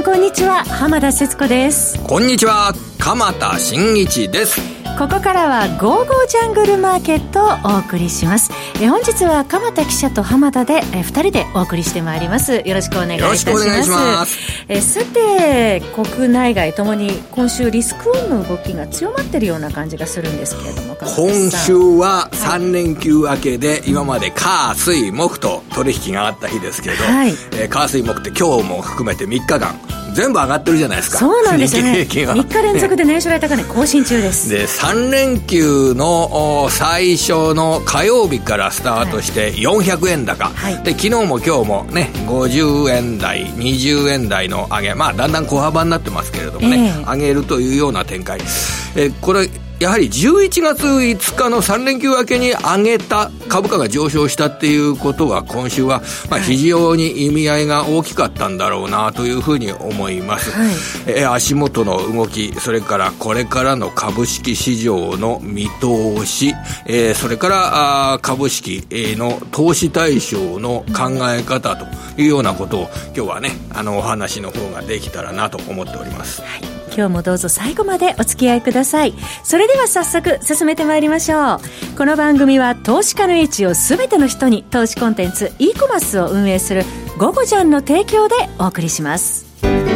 こんにちは、浜田節子です。 こんにちは、鎌田新一です。 ここからはゴーゴージャングルマーケットをお送りします。本日は鎌田記者と浜田で2人でお送りしてまいります。よろしくお願いいたします。 よろしくお願いします。 さて、国内外ともに今週リスクオンの動きが強まっているような感じがするんですけれども、 今週は3連休明けで、今まで火水木と取引があった日ですけど、火水木って今日も含めて3日間全部上がってるじゃないですか。 そうなんですよね。 日経平均は 3日連続で年初来高値更新中です。 で、3連休の最初の火曜日からスタートして400円高、で昨日も今日もね50円台20円台の上げ、だんだん小幅になってますけれどもね、上げるというような展開。これやはり11月5日の3連休明けに上げた株価が上昇したっていうことは、今週は非常に意味合いが大きかったんだろうなというふうに思います。足元の動き、それからこれからの株式市場の見通し、それから株式の投資対象の考え方というようなことを今日はね、お話の方ができたらなと思っております。 今日もどうぞ最後までお付き合いください。それでは早速進めてまいりましょう。この番組は投資家の位置を全ての人に、投資コンテンツ e コマースを運営するゴゴジャンの提供でお送りします。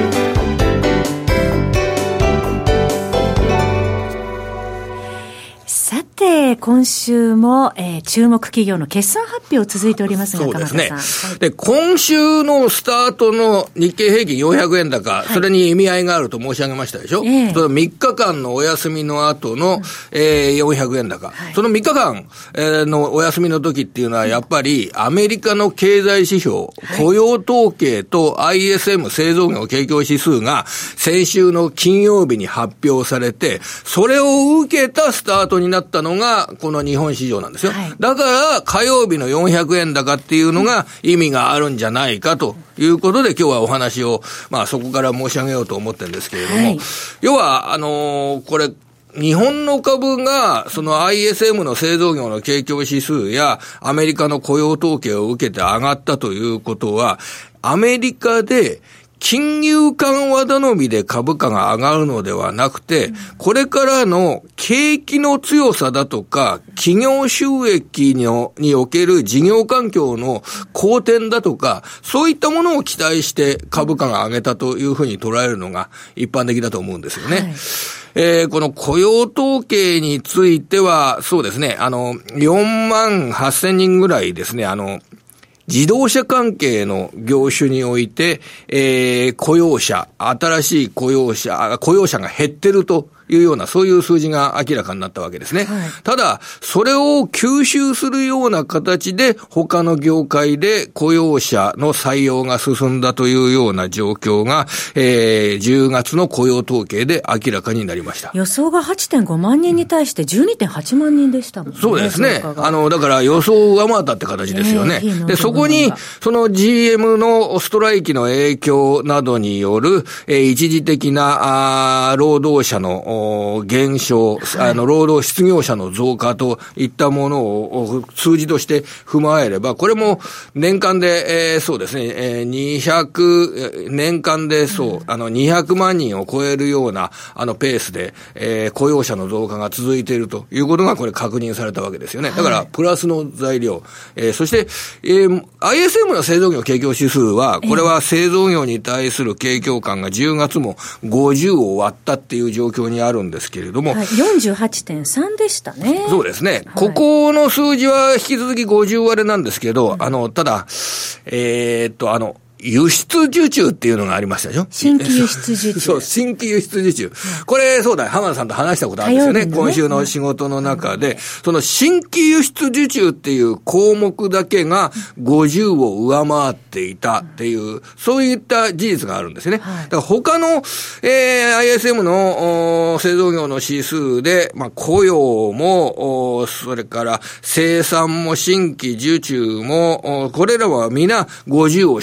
さて、今週も、注目企業の決算発表続いておりますが、 そうですね。 鎌田さん。 で、今週のスタートの日経平均400円高、それに意味合いがあると申し上げましたでしょ。その3日間のお休みの後の、400円高。その3日間、のお休みの時っていうのは、やっぱりアメリカの経済指標、雇用統計と ISM 製造業景況指数が先週の金曜日に発表されて、それを受けたスタートになったのがこの日本市場なんですよ。だから火曜日の400円高っていうのが意味があるんじゃないかということで、今日はお話をそこから申し上げようと思ってるんですけれども、要はこれ日本の株がその ISM の製造業の景況指数やアメリカの雇用統計を受けて上がったということは、アメリカで金融緩和頼みで株価が上がるのではなくて、これからの景気の強さだとか、企業収益における事業環境の好転だとか、そういったものを期待して株価が上げたというふうに捉えるのが一般的だと思うんですよね。この雇用統計については、そうですね、4万8000人ぐらいですね、自動車関係の業種において、新しい雇用者が減ってるというような、そういう数字が明らかになったわけですね。ただ、それを吸収するような形で、他の業界で雇用者の採用が進んだというような状況が、10月の雇用統計で明らかになりました。 予想が 8.5 万人に対して 12.8 万人でしたもんね。 そうですね。だから予想を上回ったって形ですよね。で、そこに、その GM のストライキの影響などによる、一時的な労働者の減少、労働失業者の増加といったものを数字として踏まえれば、これも年間で、そうですね、年間で200万人を超えるようなペースで、雇用者の増加が続いているということがこれ確認されたわけですよね。だからプラスの材料、そして、ISM の製造業景況指数は、これは製造業に対する景況感が10月も50を割ったっていう状況にあるんですけれども、 48.3 でしたね。 そうですね。ここの数字は引き続き50割れなんですけど、ただ、輸出受注っていうのがありましたでしょ。 新規輸出受注。 そう、新規輸出受注。これ、そうだ、浜田さんと話したことあるんですよね。今週の仕事の中で、その新規輸出受注っていう項目だけが50を上回っていたっていう、そういった事実があるんですね。だから他の、ISM の製造業の指数で、雇用も、それから生産も新規受注も、これらは皆50を下回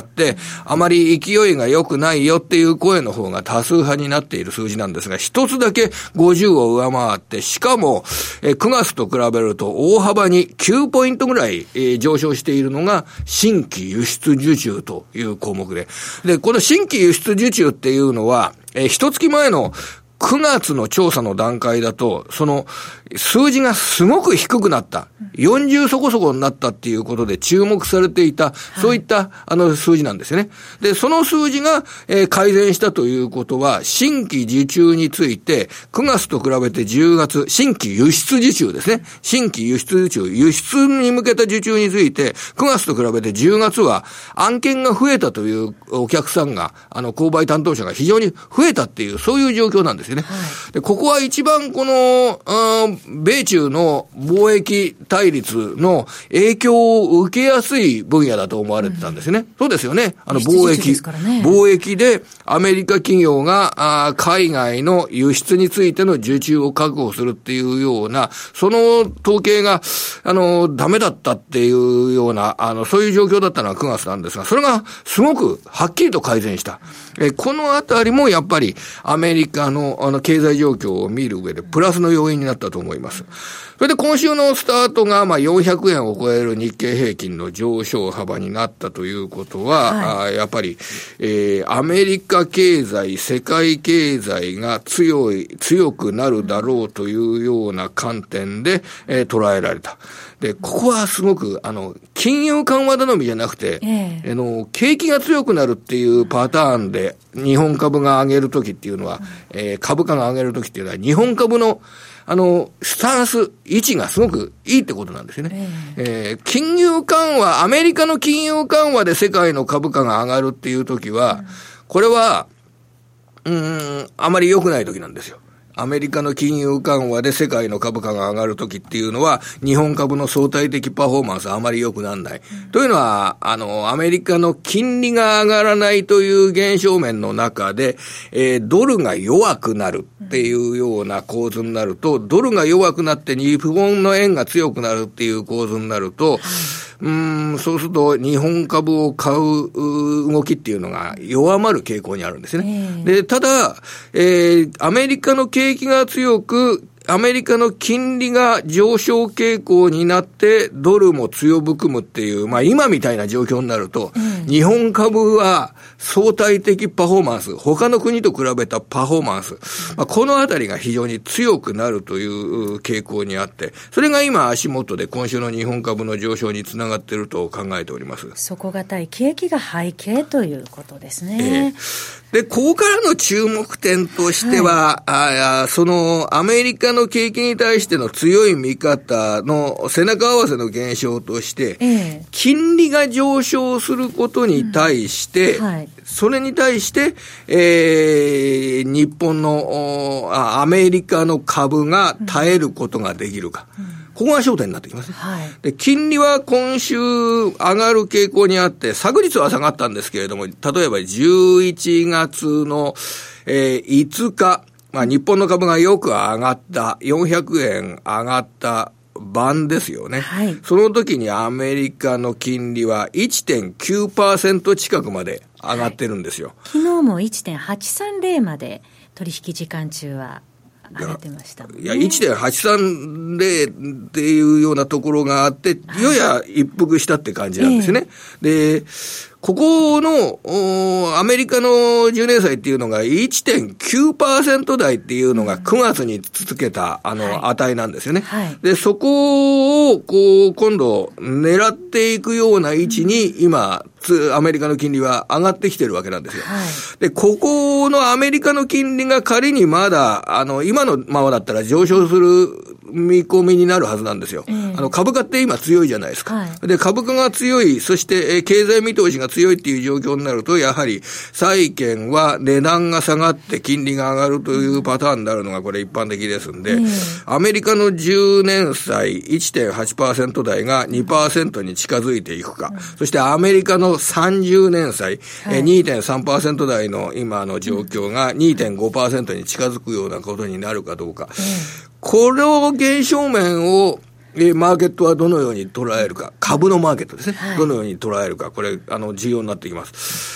って、あまり勢いが良くないよっていう声の方が多数派になっている数字なんですが、一つだけ50を上回って、しかも、9月と比べると大幅に9ポイントぐらい、上昇しているのが新規輸出受注という項目で。で、この新規輸出受注っていうのは、一月前の9月の調査の段階だと、その数字がすごく低くなった。40そこそこになったっていうことで注目されていた、そういった数字なんですよね。で、その数字が、改善したということは、新規受注について、9月と比べて10月、新規輸出受注ですね。新規輸出受注、輸出に向けた受注について、9月と比べて10月は案件が増えたというお客さんが、購買担当者が非常に増えたっていう、そういう状況なんですよね。で、ここは一番この、米中の貿易対立の影響を受けやすい分野だと思われてたんですね。そうですよね。貿易でアメリカ企業が海外の輸出についての受注を確保するっていうような、その統計が、ダメだったっていうような、そういう状況だったのは9月なんですが、それがすごくはっきりと改善した。このあたりもやっぱりアメリカの経済状況を見る上でプラスの要因になったと思います。それで今週のスタートが400円を超える日経平均の上昇幅になったということは、やっぱり、アメリカ経済、世界経済が強くなるだろうというような観点で、捉えられた。で、ここはすごく、金融緩和頼みじゃなくて、景気が強くなるっていうパターンで、日本株が上げるときっていうのは、株価が上げるときっていうのは、日本株の、スタンス、位置がすごくいいってことなんですよね。金融緩和、アメリカの金融緩和で世界の株価が上がるっていうときは、これは、あまり良くないときなんですよ。アメリカの金融緩和で世界の株価が上がるときっていうのは、日本株の相対的パフォーマンスはあまり良くならない。というのは、アメリカの金利が上がらないという現象面の中で、ドルが弱くなるっていうような構図になると、ドルが弱くなって日本の円が強くなるっていう構図になると、そうすると日本株を買う動きっていうのが弱まる傾向にあるんですね。で、ただ、アメリカの景気が強く、アメリカの金利が上昇傾向になってドルも強含むっていう、今みたいな状況になると、日本株は相対的パフォーマンス、他の国と比べたパフォーマンス、このあたりが非常に強くなるという傾向にあって、それが今足元で今週の日本株の上昇につながっていると考えております。 底堅い景気が背景ということですね。 で、ここからの注目点としては、そのアメリカの景気に対しての強い見方の背中合わせの現象として、金利が上昇することに対して、それに対して、日本のアメリカの株が耐えることができるか。ここが焦点になってきますね。で、金利は今週上がる傾向にあって、昨日は下がったんですけれども、例えば11月の、5日、日本の株がよく上がった、400円上がった晩ですよね。その時にアメリカの金利は 1.9% 近くまで上がってるんですよ。 昨日も 1.830 まで取引時間中は上がってましたもんね。 1.830 っていうようなところがあって、やや一服したって感じなんですね。で、ここのアメリカの10年債っていうのが 1.9% 台っていうのが9月に続けた値なんですよね。で、そこを今度狙っていくような位置に今アメリカの金利は上がってきてるわけなんですよ。で、ここのアメリカの金利が仮にまだ今のままだったら上昇する見込みになるはずなんですよ。株価って今強いじゃないですか。で、株価が強い、そして経済見通しが強いっていう状況になると、やはり債券は値段が下がって金利が上がるというパターンになるのがこれ一般的ですんで、アメリカの10年債 1.8% 台が 2% に近づいていくか、そしてアメリカの30年債、2.3% 台の今の状況が 2.5% に近づくようなことになるかどうか。この現象面をマーケットはどのように捉えるか、株のマーケットですね。どのように捉えるか、これ、重要になってきます。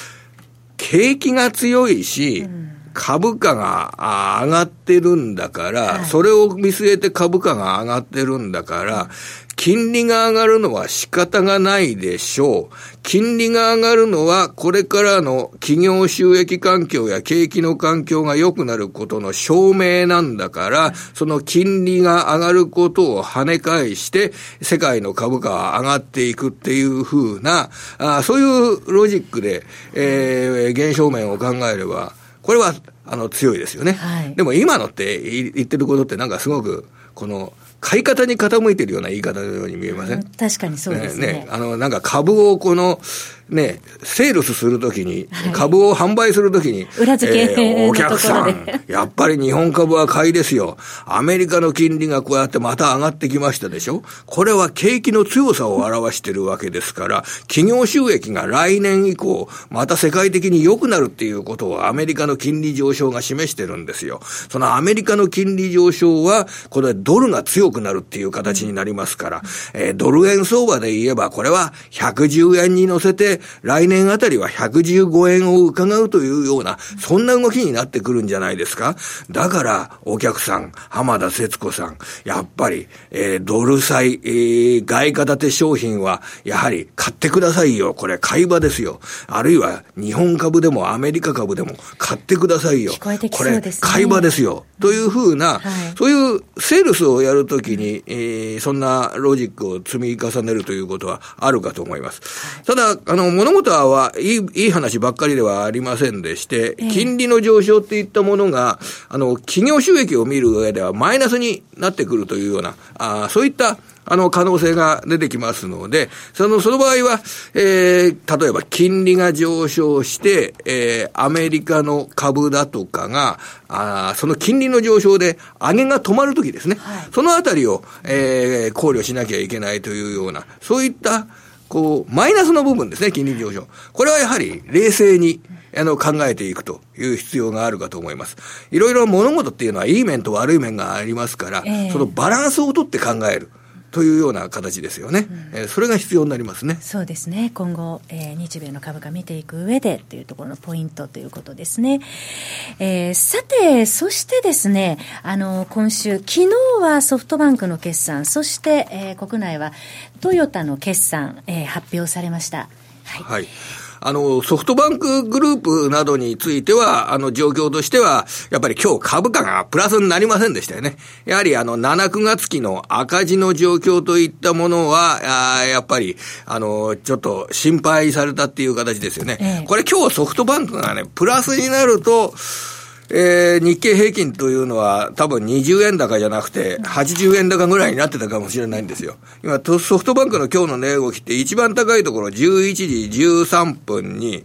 景気が強いし、株価が上がってるんだから、それを見据えて株価が上がってるんだから、金利が上がるのは仕方がないでしょう。金利が上がるのはこれからの企業収益環境や景気の環境が良くなることの証明なんだから、その金利が上がることを跳ね返して世界の株価は上がっていくっていう風な、そういうロジックで、現象面を考えれば、これは強いですよね。でも今のって言ってることってなんかすごくこの買い方に傾いてるような言い方のように見えません？ 確かにそうですね。 なんか株をセールスするときに、株を販売するときに、 裏付けお客さん、やっぱり日本株は買いですよ。アメリカの金利がこうやってまた上がってきましたでしょ。これは景気の強さを表しているわけですから、企業収益が来年以降、また世界的に良くなるっていうことをアメリカの金利上昇が示してるんですよ。そのアメリカの金利上昇は、これドルが強くなるっていう形になりますから、ドル円相場で言えば、これは110円に乗せて、来年あたりは115円を伺うというような、そんな動きになってくるんじゃないですか。だから、お客さん、浜田節子さん、やっぱり、ドル債、外貨建て商品は、やはり買ってくださいよ。これ、買い場ですよ。あるいは、日本株でもアメリカ株でも買ってくださいよ。 聞こえてきそうですね。 これ、買い場ですよ。というふうな、そういうセールスをやるときに、そんなロジックを積み重ねるということはあるかと思います。ただ、物事はいい話ばっかりではありませんでして、金利の上昇っていったものが、企業収益を見る上ではマイナスになってくるというような、そういった可能性が出てきますので、その場合は、例えば金利が上昇して、アメリカの株だとかが、その金利の上昇で上げが止まるときですね、そのあたりを、考慮しなきゃいけないというような、そういった、マイナスの部分ですね、金利上昇。これはやはり冷静に、考えていくという必要があるかと思います。いろいろ物事っていうのはいい面と悪い面がありますから、そのバランスをとって考える。というような形ですよね、それが必要になりますね。 そうですね。今後、日米の株価見ていく上でというところのポイントということですね。さて、そしてですね、今週、昨日はソフトバンクの決算、そして、国内はトヨタの決算、発表されました。 はい。ソフトバンクグループなどについては、状況としては、やっぱり今日株価がプラスになりませんでしたよね。やはり7、9月期の赤字の状況といったものは、やっぱり、ちょっと心配されたっていう形ですよね。これ今日ソフトバンクがね、プラスになると、日経平均というのは多分20円高じゃなくて80円高ぐらいになってたかもしれないんですよ。今ソフトバンクの今日の値動きって一番高いところ11時13分に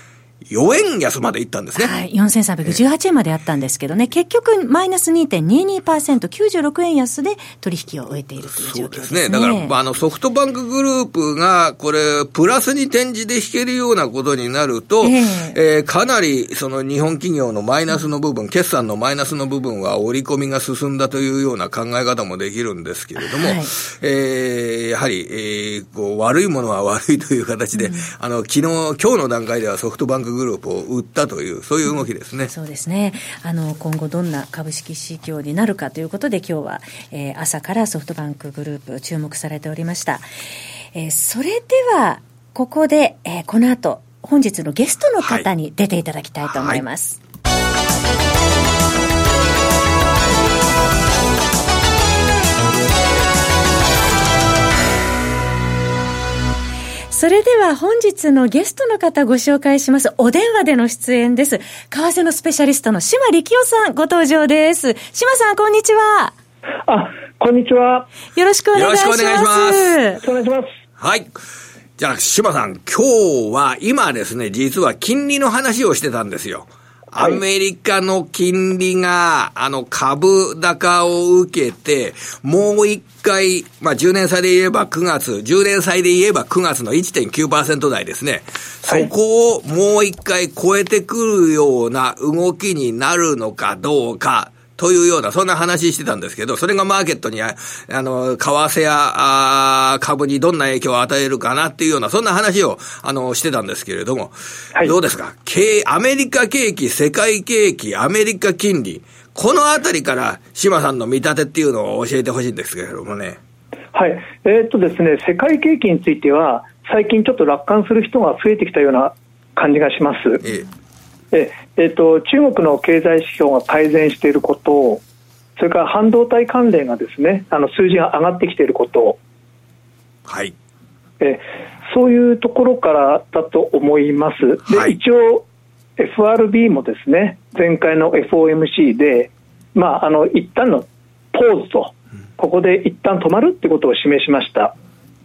4円安までいったんですね。 はい。4318円まであったんですけどね、結局マイナス 2.22%、96円安で取引を終えているという状況ですね。 そうですね。だからソフトバンクグループがこれプラスに転じて引けるようなことになると、かなりその日本企業のマイナスの部分、決算のマイナスの部分は織り込みが進んだというような考え方もできるんですけれども、やはり、悪いものは悪いという形で、今日の段階ではソフトバンクグループを売ったというそういう動きですね。 そうですね。今後どんな株式市況になるかということで今日は、朝からソフトバンクグループ注目されておりました。それではここで、この後本日のゲストの方に出ていただきたいと思います。それでは本日のゲストの方ご紹介します。お電話での出演です。為替のスペシャリストの島力夫さんご登場です。島さんこんにちは。 こんにちは。 よろしくお願いします。 よろしくお願いします。 はい。じゃあ島さん、今日は今ですね、実は金利の話をしてたんですよ。アメリカの金利が、株高を受けて、もう一回、10年債で言えば9月、10年債で言えば9月の 1.9% 台ですね。そこをもう一回超えてくるような動きになるのかどうか、 というような、そんな話してたんですけど、それがマーケットに、為替や、株にどんな影響を与えるかなっていうような、そんな話を、してたんですけれども、はい、どうですか？アメリカ景気、世界景気、アメリカ金利、このあたりから島さんの見立てっていうのを教えてほしいんですけれどもね。 はい。ですね、世界景気については、最近ちょっと楽観する人が増えてきたような感じがします。中国の経済指標が改善していること、それから半導体関連がですね、数字が上がってきていること、 はい。 そういうところからだと思います。で、はい、一応 FRB もですね、前回の FOMC で、一旦のポーズと、ここで一旦止まるってことを示しました。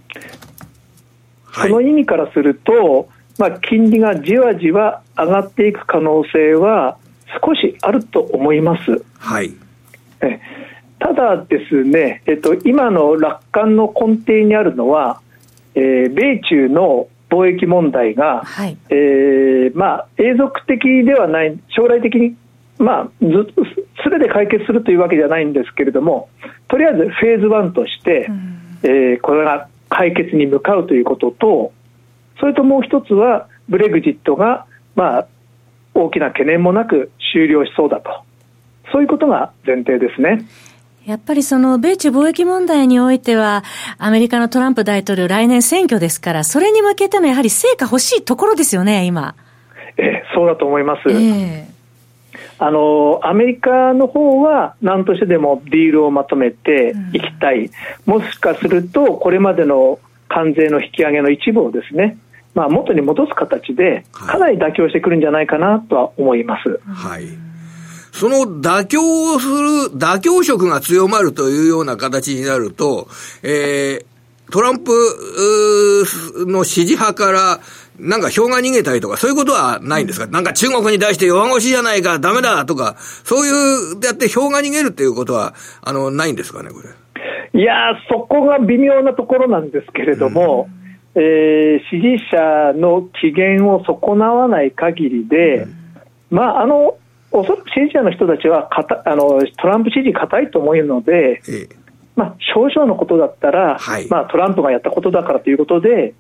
はい、その意味からすると、金利がじわじわ上がっていく可能性は少しあると思います。 はい。 ただですね、今の楽観の根底にあるのは、米中の貿易問題が、はい、永続的ではない、将来的に全て解決するというわけじゃないんですけれども、とりあえずフェーズ1として、これが解決に向かうということと、それともう一つはブレグジットが大きな懸念もなく終了しそうだと、そういうことが前提ですね。 やっぱりその米中貿易問題においてはアメリカのトランプ大統領来年選挙ですから、それに向けてのやはり成果欲しいところですよね今。 そうだと思います。アメリカの方は何としてでもディールをまとめていきたい、もしかするとこれまでの関税の引き上げの一部をですね、元に戻す形でかなり妥協してくるんじゃないかなとは思います。 はい。その妥協色が強まるというような形になると、トランプの支持派からなんか票が逃げたりとか、そういうことはないんですか？なんか中国に対して弱腰じゃないか、ダメだとか、そういうやって票が逃げるっていうことはないんですかね、これ。 いや、そこが微妙なところなんですけれども、支持者の機嫌を損なわない限りで、おそらく支持者の人たちはトランプ支持固いと思うので、少々のことだったら、はい、トランプがやったことだからということで、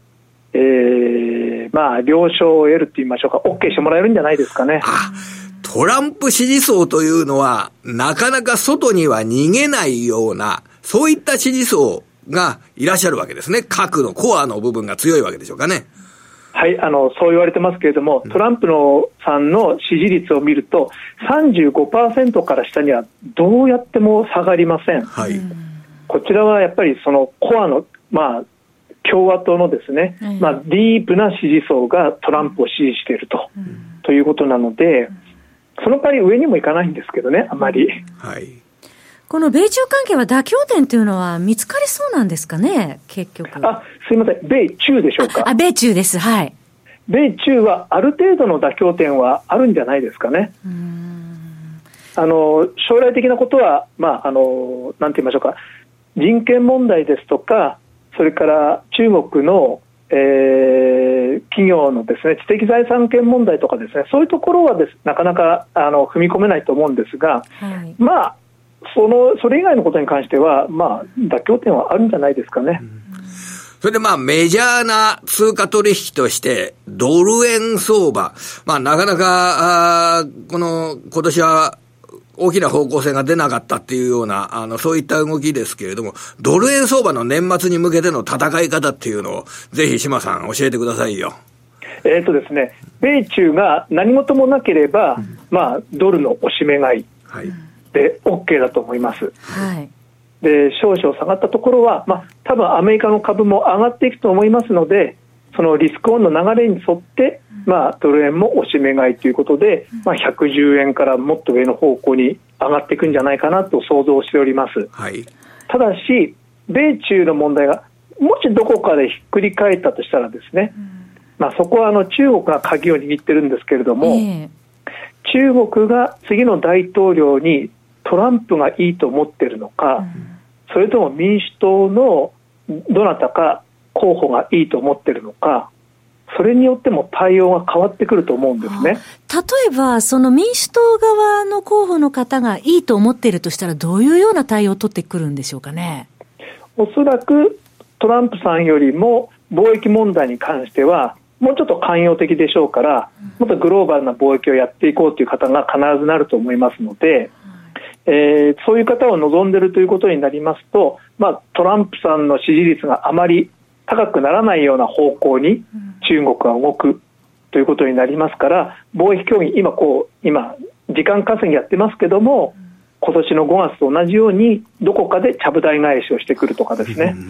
了承を得ると言いましょうか、 OK してもらえるんじゃないですかね。 トランプ支持層というのはなかなか外には逃げないような、そういった支持層がいらっしゃるわけですね。核のコアの部分が強いわけでしょうかね。 はい、そう言われてますけれども、トランプさんの支持率を見ると 35% から下にはどうやっても下がりません。はい、こちらはやっぱりそのコアの、共和党のですね、ディープな支持層がトランプを支持しているということなので、その代わり上にもいかないんですけどね、あまり。はい。 この米中関係は妥協点というのは見つかりそうなんですかね、結局。 すいません、米中でしょうか。 米中です。はい。 米中はある程度の妥協点はあるんじゃないですかね。将来的なことは、なんて言いましょうか、人権問題ですとか、それから中国の、企業のですね、知的財産権問題とかですね、そういうところはなかなか踏み込めないと思うんですが、はい、それ以外のことに関しては、妥協点はあるんじゃないですかね。 それでメジャーな通貨取引としてドル円相場、なかなか今年は大きな方向性が出なかったっていうようなそういった動きですけれども、ドル円相場の年末に向けての戦い方っていうのをぜひ島さん教えてくださいよ。 ですね、米中が何事もなければ、ドルの押し目買いで OK だと思います。はい。で、少々下がったところは、多分アメリカの株も上がっていくと思いますので、そのリスクオンの流れに沿って、ドル円も押し目買いということで、110円からもっと上の方向に上がっていくんじゃないかなと想像しております。はい。ただし、米中の問題がもしどこかでひっくり返ったとしたらですね、そこは中国が鍵を握ってるんですけれども、中国が次の大統領にトランプがいいと思っているのか、それとも民主党のどなたか候補がいいと思っているのか、 それによっても対応が変わってくると思うんですね。 例えばその民主党側の候補の方がいいと思っているとしたら、どういうような対応を取ってくるんでしょうかね。 おそらくトランプさんよりも貿易問題に関してはもうちょっと寛容的でしょうから、もっとグローバルな貿易をやっていこうという方が必ずなると思いますので、そういう方を望んでいるということになりますと、トランプさんの支持率があまり高くならないような方向に中国が動くということになりますから、貿易協議今時間稼ぎやってますけども、今年の5月と同じようにどこかでちゃぶ台返しをしてくるとかですね、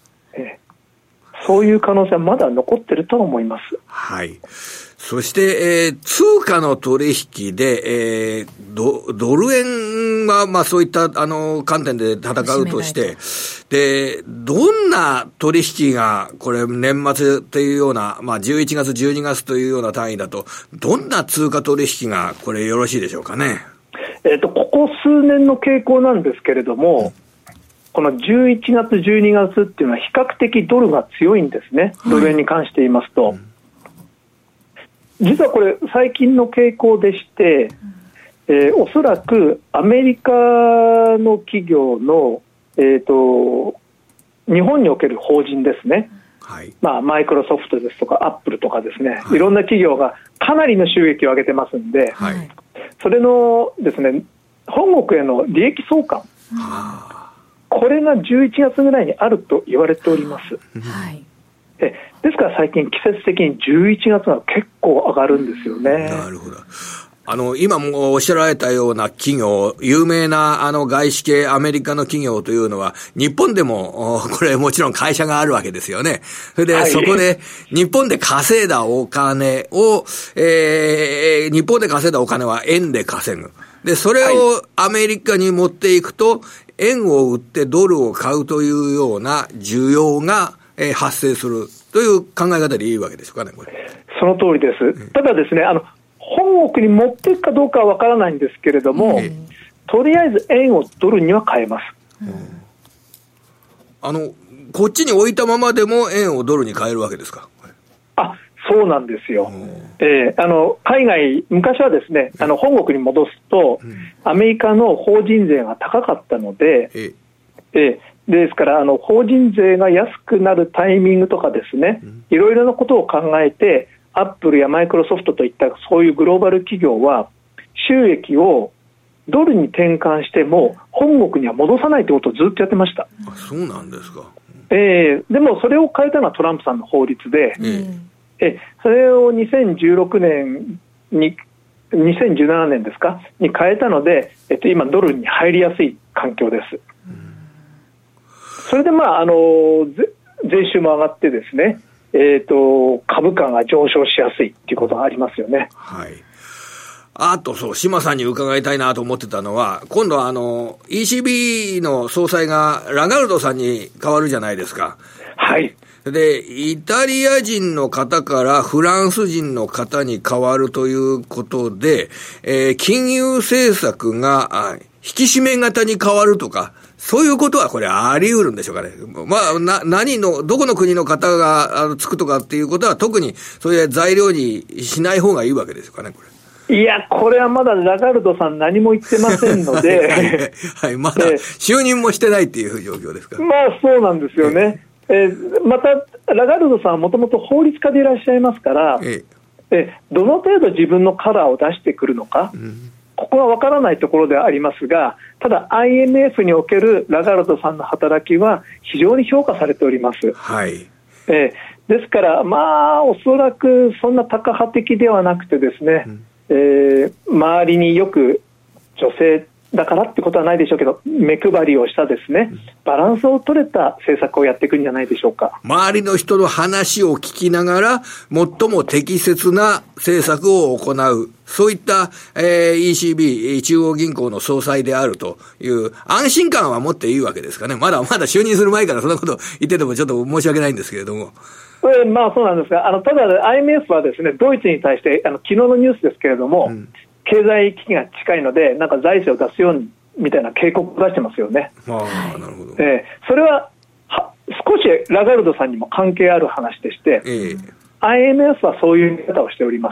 そういう可能性はまだ残っていると思います。 はい。そして、通貨の取引で、ドル円は、そういった、観点で戦うとして、で、どんな取引が、これ、年末というような、11月、12月というような単位だと、どんな通貨取引が、これ、よろしいでしょうかね。 ここ数年の傾向なんですけれども、この11月、12月っていうのは比較的ドルが強いんですね。ドル円に関して言いますと。実はこれ最近の傾向でして、おそらくアメリカの企業の、日本における法人ですね。はい。マイクロソフトですとかアップルとかですね、いろんな企業がかなりの収益を上げてますんで、はい、それのですね、本国への利益相関、これが11月ぐらいにあると言われております。はい。ですから最近季節的に11月が結構上がるんですよね。 なるほど。今もおっしゃられたような企業、有名な外資系アメリカの企業というのは、日本でも、これもちろん会社があるわけですよね。それで、はい、そこで、日本で稼いだお金を、日本で稼いだお金は円で稼ぐ。で、それをアメリカに持っていくと、円を売ってドルを買うというような需要が、発生するという考え方でいいわけでしょうかね、これ。 その通りです。ただですね、本国に持っていくかどうかはわからないんですけれども、とりあえず円をドルには変えます。 こっちに置いたままでも円をドルに変えるわけですか。 そうなんですよ。海外、昔はですね、本国に戻すと、アメリカの法人税が高かったので、ですから法人税が安くなるタイミングとかですね、いろいろなことを考えて、アップルやマイクロソフトといったそういうグローバル企業は収益をドルに転換しても本国には戻さないということをずっとやってました。 そうなんですか。 でもそれを変えたのはトランプさんの法律で、それを2016年に2017年ですかに変えたので、今ドルに入りやすい環境です。それで税収も上がってですね、株価が上昇しやすいっていうことがありますよね。 はい。あと島さんに伺いたいなと思ってたのは、今度はECB の総裁がラガルドさんに変わるじゃないですか。 はい。 で、イタリア人の方からフランス人の方に変わるということで、金融政策が引き締め型に変わるとか、そういうことはこれあり得るんでしょうかね。どこの国の方がつくとかっていうことは特にそういう材料にしない方がいいわけですかね、これ。 いや、これはまだラガルドさん何も言ってませんので、 はい、まだ就任もしてないっていう状況ですか。 そうなんですよね。またラガルドさんはもともと法律家でいらっしゃいますから、どの程度自分のカラーを出してくるのか、ここは分からないところではありますが、ただ IMF におけるラガルドさんの働きは非常に評価されております。 はい。 ですからおそらくそんなタカ派的ではなくてですね、周りによく女性だからってことはないでしょうけど、目配りをしたですね、バランスを取れた政策をやっていくんじゃないでしょうか。 周りの人の話を聞きながら最も適切な政策を行う、そういった、ECB 中央銀行の総裁であるという安心感は持っていいわけですかね。まだ就任する前からそんなこと言っててもちょっと申し訳ないんですけれども。 そうなんですが、ただ IMF はですね、ドイツに対して昨日のニュースですけれども、経済危機が近いのでなんか財政を出すようにみたいな警告を出してますよね。 なるほど。 それは少しラガルドさんにも関係ある話でして、 IMF はそういう見方をしております。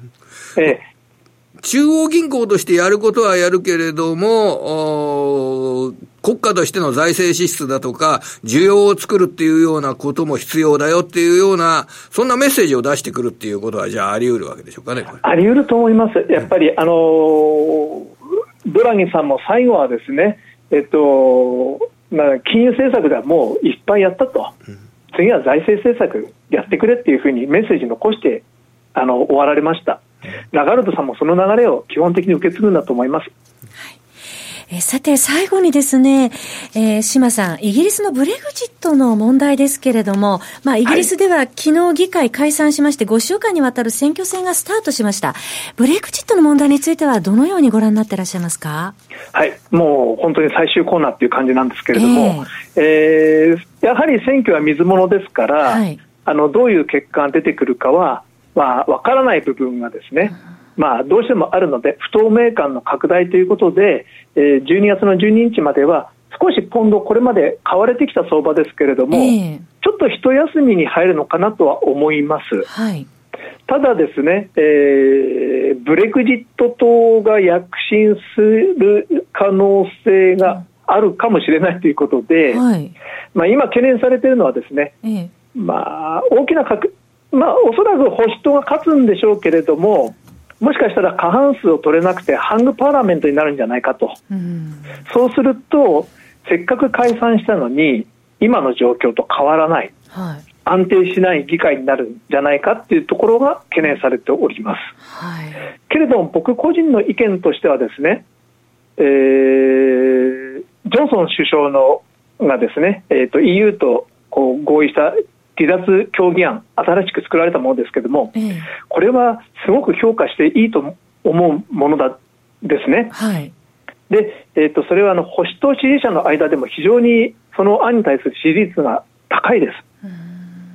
中央銀行としてやることはやるけれども、国家としての財政支出だとか、需要を作るっていうようなことも必要だよっていうような、そんなメッセージを出してくるっていうことは、じゃああり得るわけでしょうかね、これ。 あり得ると思います。やっぱり、ドラギさんも最後はですね、金融政策ではもういっぱいやったと。次は財政政策やってくれっていうふうにメッセージ残して、終わられました。ラガルドさんもその流れを基本的に受け継ぐんだと思います。 さて最後にですね、島さん、イギリスのブレグジットの問題ですけれども、イギリスでは昨日議会解散しまして5週間にわたる選挙戦がスタートしました。ブレグジットの問題についてはどのようにご覧になっていらっしゃいますか？ はい、もう本当に最終コーナーっていう感じなんですけれども、やはり選挙は水物ですから、どういう結果が出てくるかは、わからない部分がですね、どうしてもあるので不透明感の拡大ということで、12月の12日までは少しポンドこれまで買われてきた相場ですけれども、ちょっと一休みに入るのかなとは思います。ただですね、ブレグジット党が躍進する可能性があるかもしれないということで、今懸念されているのはですね、大きなおそらく保守党が勝つんでしょうけれども、もしかしたら過半数を取れなくてハングパーラメントになるんじゃないかと、そうするとせっかく解散したのに今の状況と変わらない、安定しない議会になるんじゃないかっていうところが懸念されております。けれども僕個人の意見としてはですね、ジョンソン首相がですね、EU と合意した離脱協議案、新しく作られたものですけれども、これはすごく評価していいと思うものですね。で、それは保守党支持者の間でも非常にその案に対する支持率が高いです。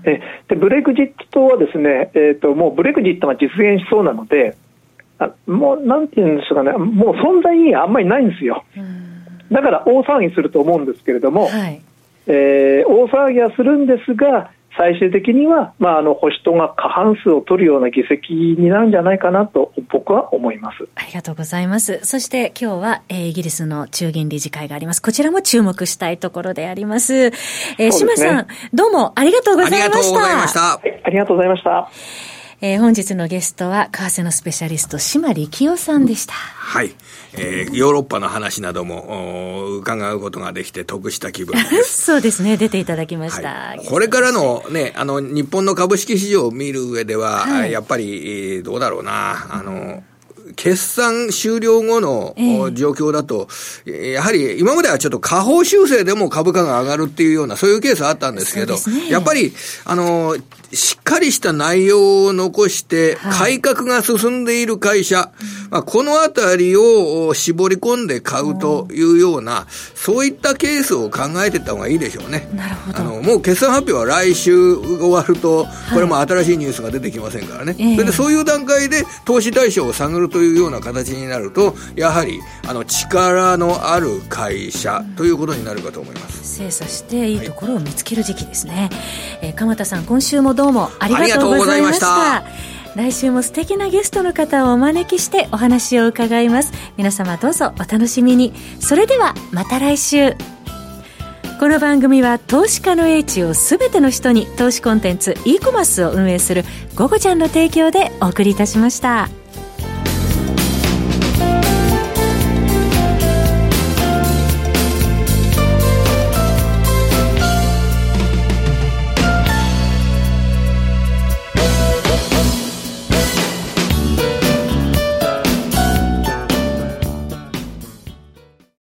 でブレグジット党はですね、もうブレグジットが実現しそうなので、もうなんていうんでしょうかね、もう存在意義があんまりないんですよ。だから大騒ぎすると思うんですけれども、大騒ぎはするんですが、最終的には、保守党が過半数を取るような議席になるんじゃないかなと僕は思います。 ありがとうございます。そして今日は、イギリスの中銀理事会があります。こちらも注目したいところであります。島さん、どうもありがとうございました。 ありがとうございました。 本日のゲストは為替のスペシャリスト島力夫さんでした。 ヨーロッパの話なども伺うことができて得した気分ですそうですね、出ていただきました。 これからのね、日本の株式市場を見る上では、やっぱりどうだろうな、決算終了後の状況だと、やはり今まではちょっと下方修正でも株価が上がるっていうようなそういうケースあったんですけど、やっぱりしっかりした内容を残して改革が進んでいる会社、このあたりを絞り込んで買うというようなそういったケースを考えていった方がいいでしょうね。 なるほど。 もう決算発表は来週終わるとこれも新しいニュースが出てきませんからね、それでそういう段階で投資対象を探るというような形になると、やはり力のある会社ということになるかと思います。 精査していいところを見つける時期ですね。鎌田さん、今週もどうもありがとうございました。来週も素敵なゲストの方をお招きしてお話を伺います。皆様どうぞお楽しみに。それではまた来週。この番組は投資家の英知をすべての人に、投資コンテンツ e コマースを運営するゴゴちゃんの提供でお送りいたしました。